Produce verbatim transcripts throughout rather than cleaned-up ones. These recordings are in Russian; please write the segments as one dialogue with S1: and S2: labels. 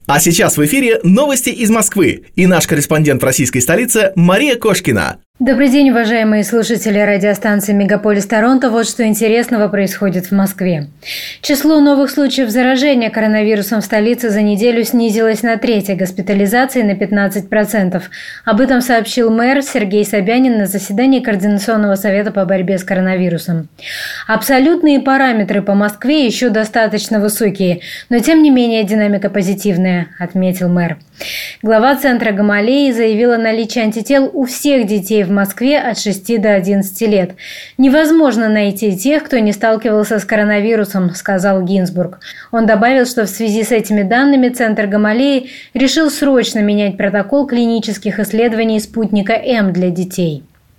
S1: А сейчас в эфире новости из Москвы и наш корреспондент в российской столице Мария Кошкина.
S2: Добрый день, уважаемые слушатели радиостанции «Мегаполис Торонто». Вот что интересного происходит в Москве. Число новых случаев заражения коронавирусом в столице за неделю снизилось на треть, а госпитализации на пятнадцать процентов. Об этом сообщил мэр Сергей Собянин на заседании Координационного совета по борьбе с коронавирусом. Абсолютные параметры по Москве еще достаточно высокие, но тем не менее динамика позитивная, отметил мэр. Глава центра Гамалеи заявила о наличии антител у всех детей в Москве от шести до одиннадцати лет. «Невозможно найти тех, кто не сталкивался с коронавирусом», – сказал Гинзбург. Он добавил, что в связи с этими данными центр Гамалеи решил срочно менять протокол клинических исследований спутника М для детей.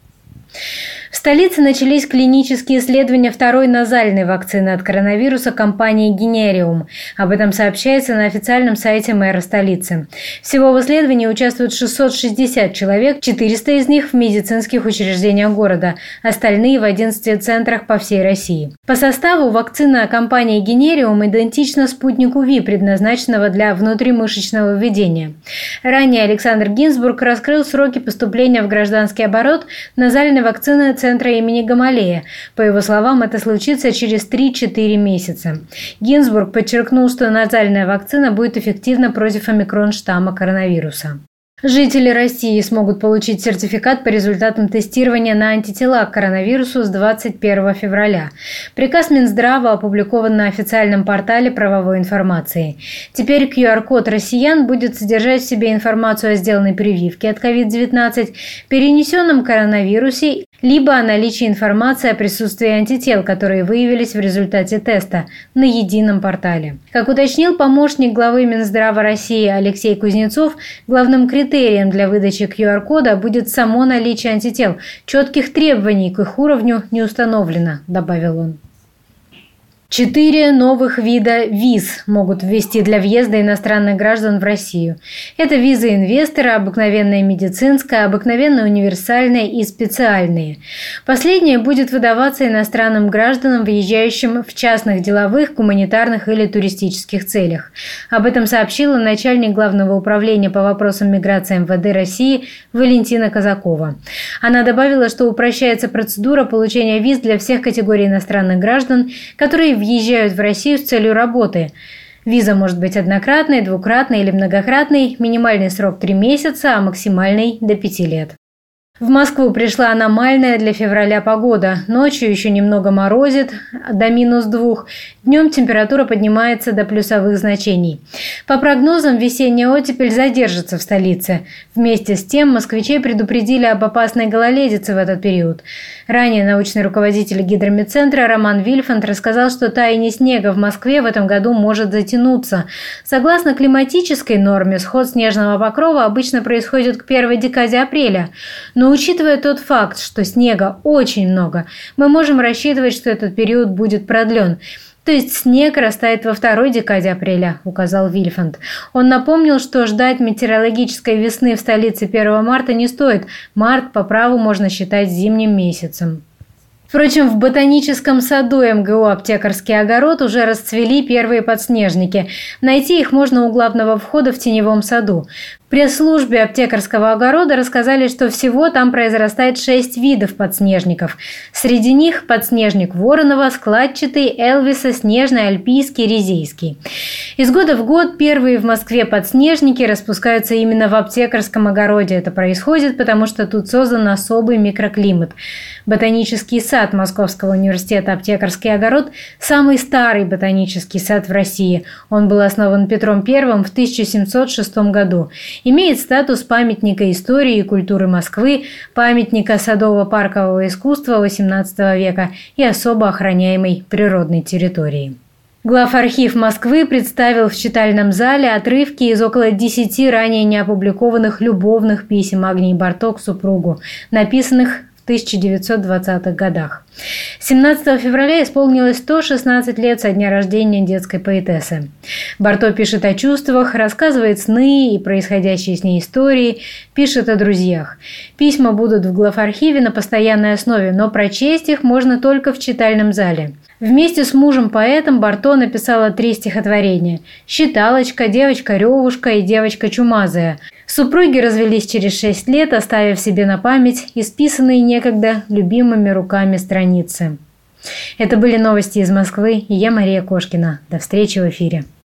S2: В столице начались клинические исследования второй назальной вакцины от коронавируса компании Генериум. Об этом сообщается на официальном сайте мэра столицы. Всего в исследовании участвуют шестьсот шестьдесят человек, четыреста из них в медицинских учреждениях города, остальные в одиннадцати центрах по всей России. По составу вакцина компании Генериум идентична спутнику Ви, предназначенного для внутримышечного введения. Ранее Александр Гинзбург раскрыл сроки поступления в гражданский оборот назальной вакцины центра имени Гамалея. По его словам, это случится через три-четыре месяца. Гинзбург подчеркнул, что назальная вакцина будет эффективна против омикрон-штамма коронавируса. Жители России смогут получить сертификат по результатам тестирования на антитела к коронавирусу с двадцать первого февраля. Приказ Минздрава опубликован на официальном портале правовой информации. Теперь ку ар код россиян будет содержать в себе информацию о сделанной прививке от ковид девятнадцать, перенесенном коронавирусе, либо о наличии информации о присутствии антител, которые выявились в результате теста, на едином портале. Как уточнил помощник главы Минздрава России Алексей Кузнецов, главным критерием для выдачи ку ар кода будет само наличие антител. Четких требований к их уровню не установлено, добавил он. Четыре новых вида виз могут ввести для въезда иностранных граждан в Россию. Это визы инвестора, обыкновенная медицинская, обыкновенная универсальная и специальные. Последняя будет выдаваться иностранным гражданам, въезжающим в частных деловых, гуманитарных или туристических целях. Об этом сообщила начальник Главного управления по вопросам миграции эм вэ дэ России Валентина Казакова. Она добавила, что упрощается процедура получения виз для всех категорий иностранных граждан, которые въезжают в Россию с целью работы. Виза может быть однократной, двукратной или многократной, минимальный срок три месяца, а максимальный до пяти лет. В Москву пришла аномальная для февраля погода. Ночью еще немного морозит, до минус двух. Днем температура поднимается до плюсовых значений. По прогнозам, весенняя оттепель задержится в столице. Вместе с тем, москвичей предупредили об опасной гололедице в этот период. Ранее научный руководитель гидромедцентра Роман Вильфанд рассказал, что таяние снега в Москве в этом году может затянуться. Согласно климатической норме, сход снежного покрова обычно происходит к первой декаде апреля. Но учитывая тот факт, что снега очень много, мы можем рассчитывать, что этот период будет продлен. То есть снег растает во второй декаде апреля, указал Вильфанд. Он напомнил, что ждать метеорологической весны в столице первого марта не стоит. Март по праву можно считать зимним месяцем. Впрочем, в ботаническом саду эм гэ у «Аптекарский огород» уже расцвели первые подснежники. Найти их можно у главного входа в теневом саду. В пресс-службе «Аптекарского огорода» рассказали, что всего там произрастает шесть видов подснежников. Среди них подснежник Воронова, складчатый, Элвиса, снежный, альпийский, резейский. Из года в год первые в Москве подснежники распускаются именно в «Аптекарском огороде». Это происходит, потому что тут создан особый микроклимат. Ботанический сад Московского университета «Аптекарский огород» – самый старый ботанический сад в России. Он был основан Петром Первым в тысяча семьсот шестом году. Имеет статус памятника истории и культуры Москвы, памятника садово-паркового искусства восемнадцатого века и особо охраняемой природной территории. Главархив Москвы представил в читальном зале отрывки из около десяти ранее неопубликованных любовных писем Агнии Барток супругу, написанных в в тысяча девятьсот двадцатых годах. семнадцатого февраля исполнилось сто шестнадцать лет со дня рождения детской поэтессы. Барто пишет о чувствах, рассказывает сны и происходящие с ней истории, пишет о друзьях. Письма будут в главархиве на постоянной основе, но прочесть их можно только в читальном зале. Вместе с мужем-поэтом Барто написала три стихотворения «Считалочка», «Девочка-ревушка» и «Девочка чумазая». Супруги развелись через шесть лет, оставив себе на память исписанные некогда любимыми руками страницы. Это были новости из Москвы, и я Мария Кошкина. До встречи в эфире.